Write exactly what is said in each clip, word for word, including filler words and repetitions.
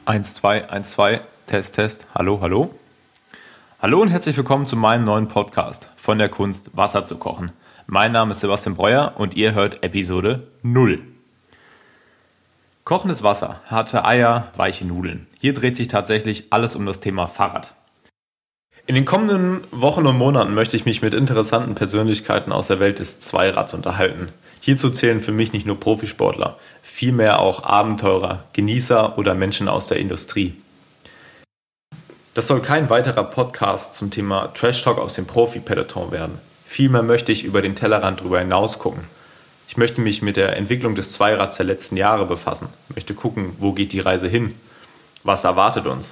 Eins, zwei, eins, zwei, Test, Test, hallo, hallo. Hallo und herzlich willkommen zu meinem neuen Podcast von der Kunst, Wasser zu kochen. Mein Name ist Sebastian Breuer und ihr hört Episode null. Kochendes Wasser, harte Eier, weiche Nudeln. Hier dreht sich tatsächlich alles um das Thema Fahrrad. In den kommenden Wochen und Monaten möchte ich mich mit interessanten Persönlichkeiten aus der Welt des Zweirads unterhalten. Hierzu zählen für mich nicht nur Profisportler, vielmehr auch Abenteurer, Genießer oder Menschen aus der Industrie. Das soll kein weiterer Podcast zum Thema Trash Talk aus dem Profi-Peloton werden. Vielmehr möchte ich über den Tellerrand drüber hinaus gucken. Ich möchte mich mit der Entwicklung des Zweirads der letzten Jahre befassen. Ich möchte gucken, wo geht die Reise hin? Was erwartet uns?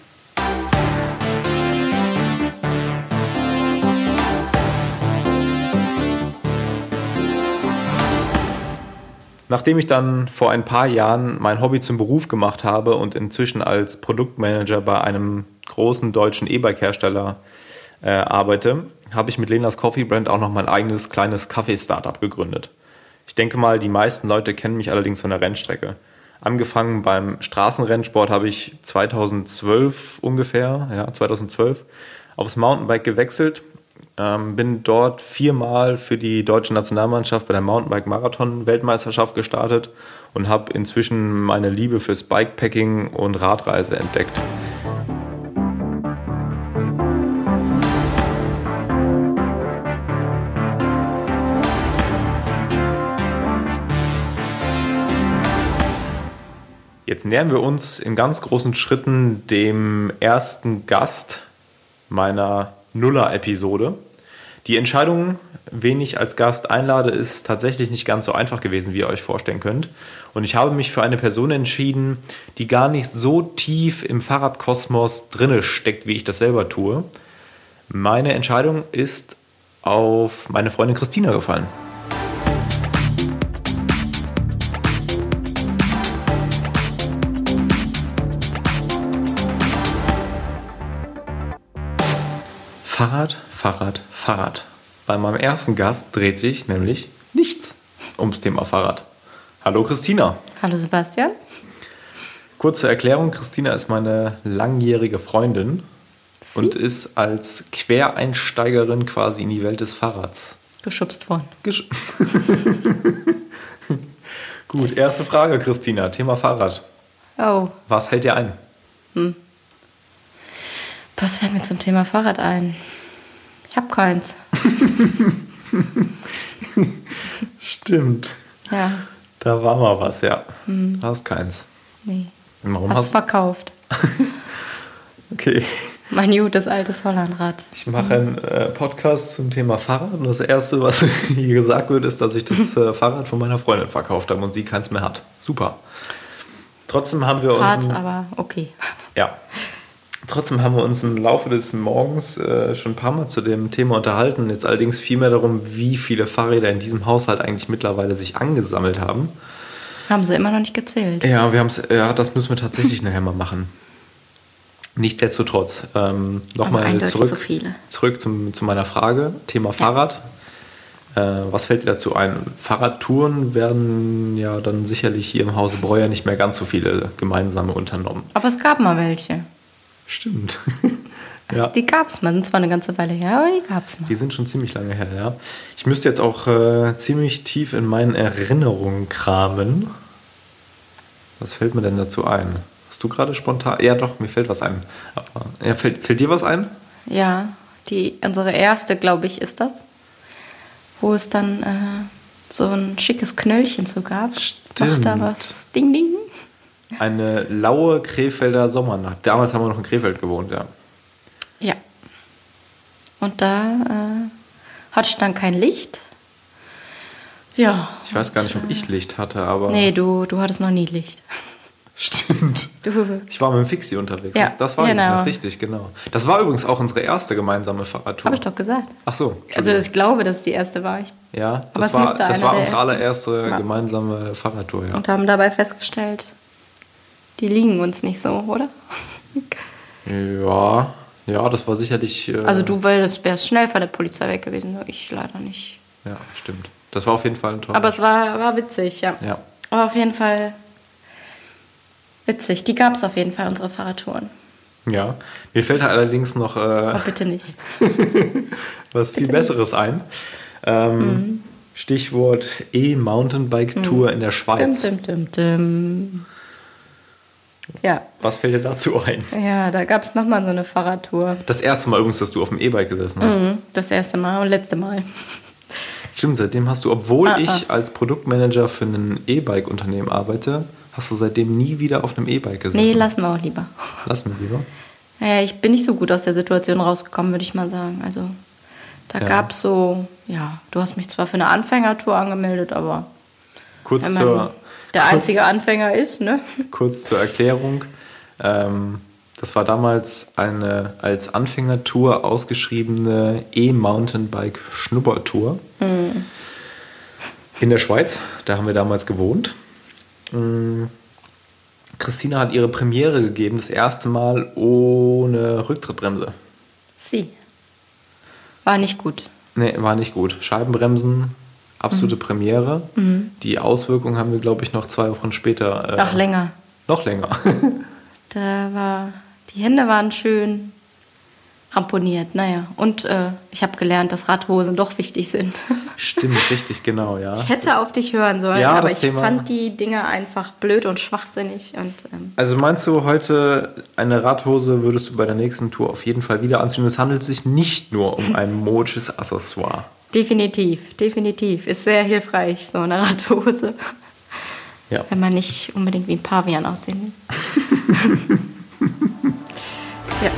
Nachdem ich dann vor ein paar Jahren mein Hobby zum Beruf gemacht habe und inzwischen als Produktmanager bei einem großen deutschen E-Bike-Hersteller äh, arbeite, habe ich mit Lenas Coffee Brand auch noch mein eigenes kleines Kaffee-Startup gegründet. Ich denke mal, die meisten Leute kennen mich allerdings von der Rennstrecke. Angefangen beim Straßenrennsport habe ich zweitausendzwölf ungefähr, ja, zweitausendzwölf aufs Mountainbike gewechselt. Ähm, bin dort viermal für die deutsche Nationalmannschaft bei der Mountainbike-Marathon-Weltmeisterschaft gestartet und habe inzwischen meine Liebe fürs Bikepacking und Radreise entdeckt. Jetzt nähern wir uns in ganz großen Schritten dem ersten Gast meiner Nuller-Episode. Die Entscheidung, wen ich als Gast einlade, ist tatsächlich nicht ganz so einfach gewesen, wie ihr euch vorstellen könnt. Und ich habe mich für eine Person entschieden, die gar nicht so tief im Fahrradkosmos drinne steckt, wie ich das selber tue. Meine Entscheidung ist auf meine Freundin Christina gefallen. Fahrrad, Fahrrad, Fahrrad. Bei meinem ersten Gast dreht sich nämlich nichts ums Thema Fahrrad. Hallo Christina. Hallo Sebastian. Kurze Erklärung, Christina ist meine langjährige Freundin Sie? und ist als Quereinsteigerin quasi in die Welt des Fahrrads geschubst worden. Gesch- Gut, erste Frage Christina, Thema Fahrrad. Oh. Was fällt dir ein? Hm. Was fällt mir zum Thema Fahrrad ein? Ich habe keins. Stimmt. Ja. Da war mal was, ja. Hm. Du hast keins. Nee. Warum hast hast du verkauft? Okay. Mein gutes altes Hollandrad. Ich mache einen äh, Podcast zum Thema Fahrrad und das Erste, was hier gesagt wird, ist, dass ich das äh, Fahrrad von meiner Freundin verkauft habe und sie keins mehr hat. Super. Trotzdem haben wir uns... Hart, im, aber okay. Ja. Trotzdem haben wir uns im Laufe des Morgens äh, schon ein paar Mal zu dem Thema unterhalten. Jetzt allerdings viel mehr darum, wie viele Fahrräder in diesem Haushalt eigentlich mittlerweile sich angesammelt haben. Haben sie immer noch nicht gezählt. Ja, wir haben's, ja das müssen wir tatsächlich nachher mal machen. Nichtsdestotrotz. Ähm, Nochmal zurück, zu viele. zurück zum, zu meiner Frage. Thema Fahrrad. Ja. Äh, was fällt dir dazu ein? Fahrradtouren werden ja dann sicherlich hier im Hause Breuer nicht mehr ganz so viele gemeinsame unternommen. Aber es gab mal welche. Stimmt. Also ja. Die gab es mal. Sind zwar eine ganze Weile her, aber die gab es mal. Die sind schon ziemlich lange her, ja. Ich müsste jetzt auch äh, ziemlich tief in meinen Erinnerungen kramen. Was fällt mir denn dazu ein? Hast du gerade spontan... Ja doch, mir fällt was ein. Aber, ja, fällt, fällt dir was ein? Ja, die, unsere erste, glaube ich, ist das. Wo es dann äh, so ein schickes Knöllchen so gab. Stimmt. Macht da was Ding, Ding. Eine laue Krefelder Sommernacht. Damals haben wir noch in Krefeld gewohnt, ja. Ja. Und da äh, hatte ich dann kein Licht. Ja. Ich weiß gar nicht, ob ich Licht hatte, aber... Nee, du, du hattest noch nie Licht. Stimmt. Du. Ich war mit dem Fixie unterwegs. Ja, das, das war genau. ich noch richtig, genau. Das war übrigens auch unsere erste gemeinsame Fahrradtour. Habe ich doch gesagt. Ach so. Also ich glaube, dass es die erste war. Ich ja, aber das war, das war unsere ersten. allererste ja. gemeinsame Fahrradtour, ja. Und haben dabei festgestellt, die liegen uns nicht so, oder? Ja, ja, das war sicherlich... Äh, also du wärst schnell von der Polizei weg gewesen, ich leider nicht. Ja, stimmt. Das war auf jeden Fall ein toller... Aber es war, war witzig, ja. ja. Aber auf jeden Fall Witzig, die gab es auf jeden Fall, unsere Fahrradtouren. Ja, mir fällt halt allerdings noch äh, oh, bitte nicht. was bitte viel Besseres nicht. ein. Ähm, mhm. Stichwort E-Mountainbike-Tour mhm. in der Schweiz. Dim, dim, dim, dim. Ja. Was fällt dir dazu ein? Ja, da gab es nochmal so eine Fahrradtour. Das erste Mal übrigens, dass du auf dem E-Bike gesessen hast. Mhm, das erste Mal und letzte Mal. Stimmt, seitdem hast du, obwohl ah, ich ah. als Produktmanager für ein E-Bike-Unternehmen arbeite, hast du seitdem nie wieder auf einem E-Bike gesessen. Nee, lassen wir auch lieber. Lassen wir lieber. Ja, ich bin nicht so gut aus der Situation rausgekommen, würde ich mal sagen. Also da ja. gab es so, ja, du hast mich zwar für eine Anfängertour angemeldet, aber kurz wenn man zur, der kurz, einzige Anfänger ist, ne? Kurz zur Erklärung. Ähm, das war damals eine als Anfängertour ausgeschriebene E-Mountainbike-Schnuppertour hm. in der Schweiz. Da haben wir damals gewohnt. Mhm. Christina hat ihre Premiere gegeben, das erste Mal ohne Rücktrittbremse. Sie. War nicht gut. Nee, war nicht gut. Scheibenbremsen, absolute mhm. Premiere. Mhm. Die Auswirkungen haben wir, glaube ich, noch zwei Wochen später. Äh, Ach, länger. Noch länger. Da war, die Hände waren schön ramponiert, naja. Und äh, ich habe gelernt, dass Radhosen doch wichtig sind. Stimmt, richtig, genau, ja. Ich hätte das, auf dich hören sollen, ja, aber ich Thema, fand die Dinger einfach blöd und schwachsinnig. Und, ähm, also meinst du, heute eine Radhose würdest du bei der nächsten Tour auf jeden Fall wieder anziehen? Es handelt sich nicht nur um ein modisches Accessoire. Definitiv, definitiv. Ist sehr hilfreich, so eine Radhose. Ja. Wenn man nicht unbedingt wie ein Pavian aussehen will. Ja.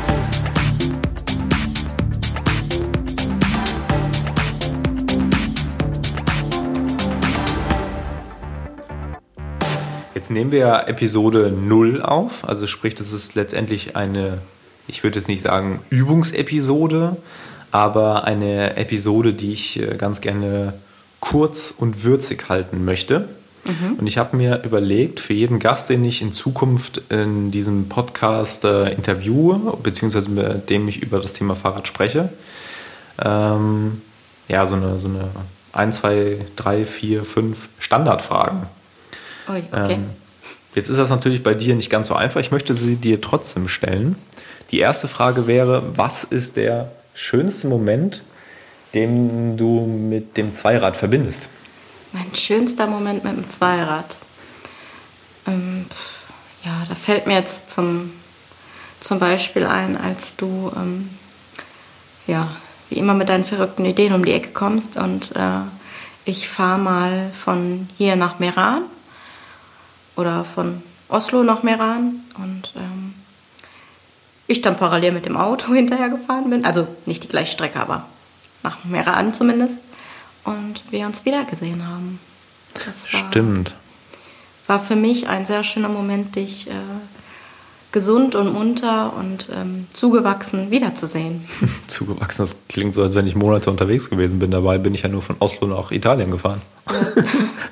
Jetzt nehmen wir Episode null auf, also sprich, das ist letztendlich eine, ich würde jetzt nicht sagen Übungsepisode, aber eine Episode, die ich ganz gerne kurz und würzig halten möchte. Mhm. Und ich habe mir überlegt, für jeden Gast, den ich in Zukunft in diesem Podcast äh, interviewe, beziehungsweise mit dem ich über das Thema Fahrrad spreche, ähm, ja, so eine, so eine ein, zwei, drei, vier, fünf Standardfragen. Ui, okay. Ähm, jetzt ist das natürlich bei dir nicht ganz so einfach. Ich möchte sie dir trotzdem stellen. Die erste Frage wäre, was ist der schönste Moment, den du mit dem Zweirad verbindest? Mein schönster Moment mit dem Zweirad? Ähm, ja, da fällt mir jetzt zum, zum Beispiel ein, als du ähm, ja, wie immer mit deinen verrückten Ideen um die Ecke kommst und äh, ich fahre mal von hier nach Meran oder von Oslo nach Meran und ähm, ich dann parallel mit dem Auto hinterher gefahren bin, also nicht die gleiche Strecke, aber nach Meran zumindest, und wir uns wieder gesehen haben. Das war, Stimmt. War für mich ein sehr schöner Moment, dich äh, gesund und munter und ähm, zugewachsen wiederzusehen. Zugewachsen, das klingt so, als wenn ich Monate unterwegs gewesen bin. Dabei bin ich ja nur von Oslo nach Italien gefahren. Ja.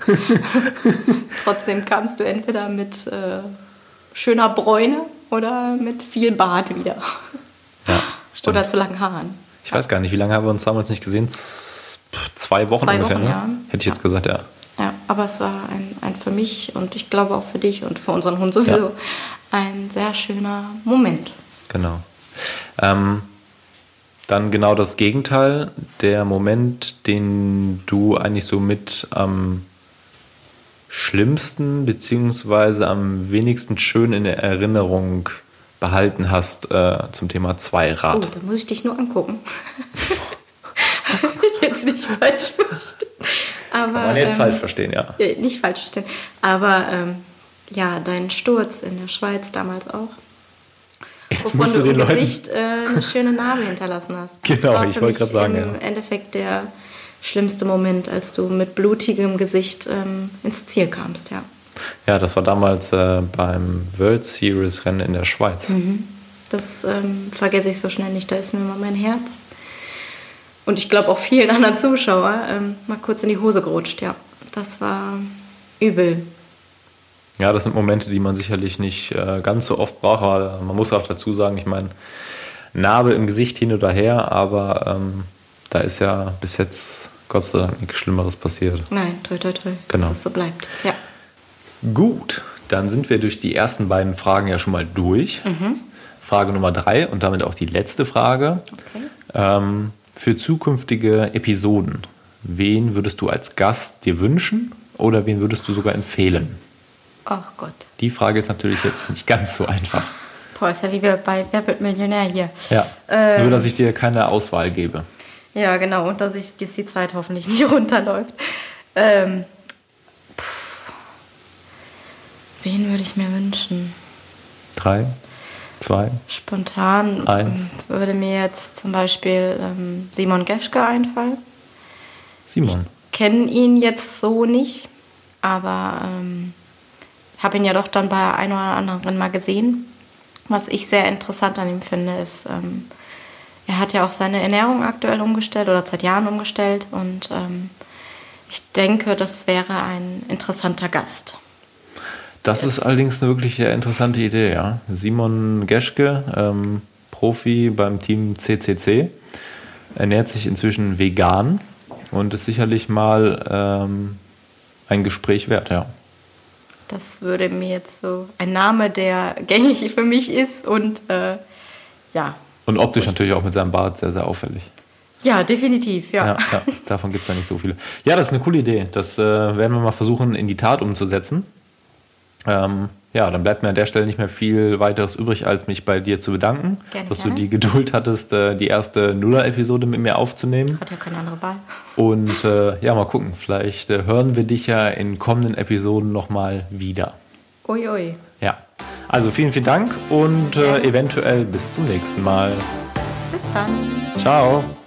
Trotzdem kamst du entweder mit äh, schöner Bräune oder mit viel Bart wieder. Ja, stimmt. Oder zu langen Haaren. Ich weiß gar nicht, wie lange haben wir uns damals nicht gesehen? Z- zwei Wochen Zwei ungefähr, Wochen, ne? ja. Hätte ich jetzt gesagt, ja. Ja, aber es war ein, ein für mich und ich glaube auch für dich und für unseren Hund sowieso ja. ein sehr schöner Moment. Genau. Ähm, dann genau das Gegenteil, der Moment, den du eigentlich so mit am schlimmsten beziehungsweise am wenigsten schön in der Erinnerung behalten hast äh, zum Thema Zweirad. Oh, da muss ich dich nur angucken. Jetzt nicht falsch verstehen. Aber, Kann man jetzt ähm, falsch verstehen, ja. Nicht falsch verstehen. Aber ähm, ja, dein Sturz in der Schweiz damals auch. Jetzt wovon musst du du den im Leuten Gesicht äh, eine schöne Narbe hinterlassen hast. Das genau, war ich für wollte gerade sagen, im ja. Endeffekt der schlimmste Moment, als du mit blutigem Gesicht ähm, ins Ziel kamst, ja. Ja, das war damals äh, beim World Series Rennen in der Schweiz. Mhm. Das ähm, vergesse ich so schnell nicht, da ist mir immer mein Herz. Und ich glaube auch vielen anderen Zuschauern ähm, mal kurz in die Hose gerutscht, ja. Das war übel. Ja, das sind Momente, die man sicherlich nicht äh, ganz so oft braucht, aber man muss auch dazu sagen, ich meine, Narbe im Gesicht hin oder her, aber ähm, da ist ja bis jetzt Gott sei Dank nichts Schlimmeres passiert. Nein, toi toi toi, genau. dass es so bleibt, ja. Gut, Dann sind wir durch die ersten beiden Fragen ja schon mal durch. Mhm. Frage Nummer drei und damit auch die letzte Frage. Okay. Ähm, für zukünftige Episoden, wen würdest du als Gast dir wünschen oder wen würdest du sogar empfehlen? Ach Gott. Die Frage ist natürlich jetzt nicht ganz so einfach. Boah, ist ja wie wir bei Wer wird Millionär hier. Ja, ähm, nur dass ich dir keine Auswahl gebe. Ja, genau, und dass, ich, dass die Zeit hoffentlich nicht runterläuft. Ähm, pff, wen würde ich mir wünschen? Drei, zwei, Spontan eins. Würde mir jetzt zum Beispiel ähm, Simon Geschke einfallen. Simon. Ich kenne ihn jetzt so nicht, aber ähm, habe ihn ja doch dann bei ein oder anderen mal gesehen. Was ich sehr interessant an ihm finde, ist, ähm, er hat ja auch seine Ernährung aktuell umgestellt oder seit Jahren umgestellt und ähm, ich denke, das wäre ein interessanter Gast. Das Jetzt. ist allerdings eine wirklich sehr interessante Idee, ja. Simon Geschke, ähm, Profi beim Team C C C, ernährt sich inzwischen vegan und ist sicherlich mal ähm, ein Gespräch wert, ja. Das würde mir jetzt so ein Name, der gängig für mich ist und äh, ja. Und optisch und natürlich auch mit seinem Bart sehr, sehr auffällig. Ja, definitiv, ja. ja, ja davon gibt es ja nicht so viele. Ja, das ist eine coole Idee. Das äh, werden wir mal versuchen, in die Tat umzusetzen. Ähm, ja, dann bleibt mir an der Stelle nicht mehr viel weiteres übrig, als mich bei dir zu bedanken, gerne, dass gerne. du die Geduld hattest, äh, die erste Nuller-Episode mit mir aufzunehmen. Hat ja keine andere Wahl. Und äh, ja, mal gucken, vielleicht äh, hören wir dich ja in kommenden Episoden nochmal wieder. Ui, ui. Ja, also vielen, vielen Dank und äh, eventuell bis zum nächsten Mal. Bis dann. Ciao.